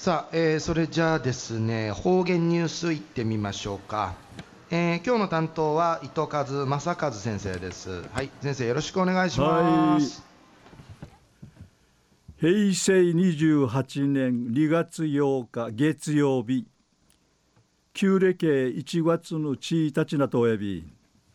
さあ、それじゃあですね、方言ニュースいってみましょうか。今日の担当は糸数正和先生です。はい、先生よろしくお願いしはい。 ます。 平成28年2月8日月曜日、旧暦1月の1日なとおやび、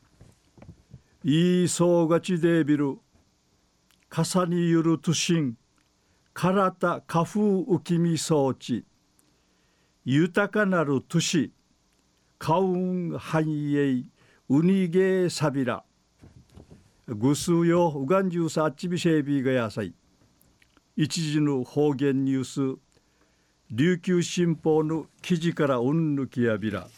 いいそうがちでびる、かさにゆるとしん、からた花風浮きみ装置、豊かなる都市、カウン繁栄、ウニゲーサビラ、ぐすうようがんじゅうさあっちびしえびがやさい、一時の方言ニュース、琉球新報の記事からうんぬきやびら。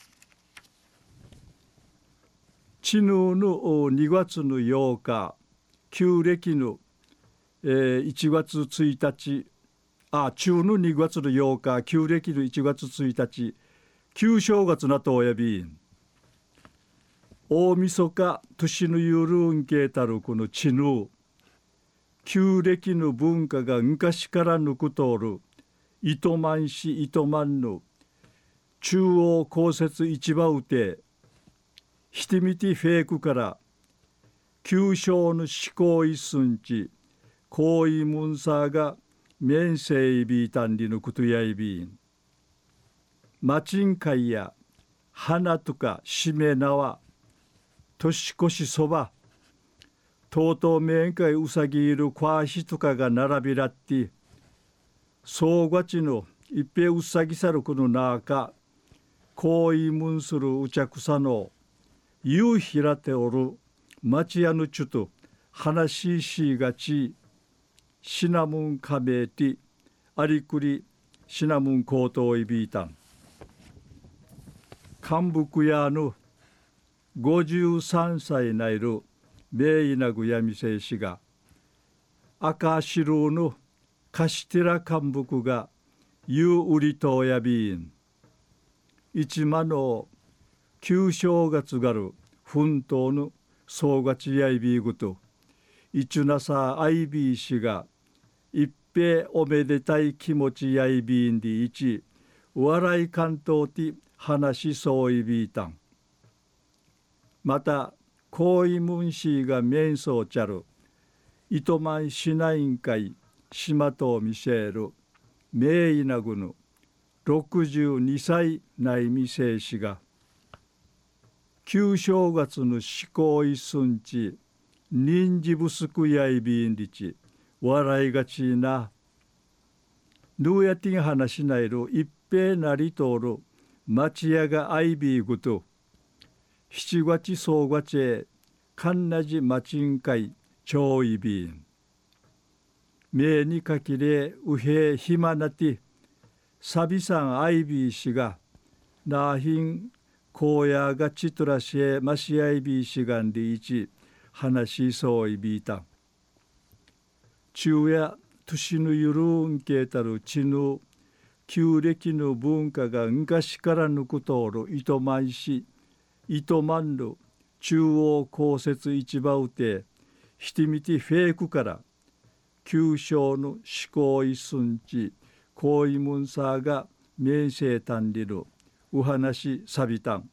ちぬの2月の8日、旧暦の1月1日、中の2月の8日、旧暦の1月1日、旧正月なとおやびん。大晦日、年のゆるんけたるこのちぬ、旧暦の文化が昔からぬくとおる、糸満市糸満の中央公設市場うて、ひてみてフェイクから旧正の思考一寸地、行為ムンサーが面世ビータンリのことやいびん。マチンカイや花とかしめ縄、年越しそば、とうとう面会うさぎいるkwaしとかが並びらって、総がちの一平うさぎさるこの中、行為ムンするうちゃくさの、夕ひらておる町屋のちゅと話しがち、シナムンカメティ、ありくりシナムンコートをいびいたん。幹部やの53歳ないる名医なぐやみせいしが、赤白のカシティラ幹部がゆうりとやびん。一間の旧正月がる奮闘の総がちやいびぐと、いちゅなさあいびいしが、一平おめでたい気持ちやいびんでいち、笑い関東て話しそういびいたん。また、行為文士が面相ちゃる、糸満市内委員会、島とミシェル、名医なぐぬ、62歳内未成氏が、旧正月の思考一寸地、人事不足やいびんりち、笑いがちな、ぬうやてん話しないる一平なりとおる、町屋があいびぐと、七月総月へ、かんなじまちんかい、ちょういびん。名にかきれ、うへひまなて、さびさんあいびいしが、なひん、こうやがちとらしえ、ましあいびいしがんりいち、話しそういびいた。昼夜、年のゆるんけたるちぬ、旧暦の文化が昔からぬくとおる糸満市、糸満の中央公設市場うて、ひてみてフェイクから、旧正の思考一寸地、行為ムンサーが面世単りる、お話さびたん。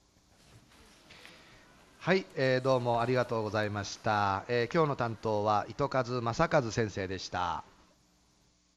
はい、どうもありがとうございました。今日の担当は糸数正和先生でした。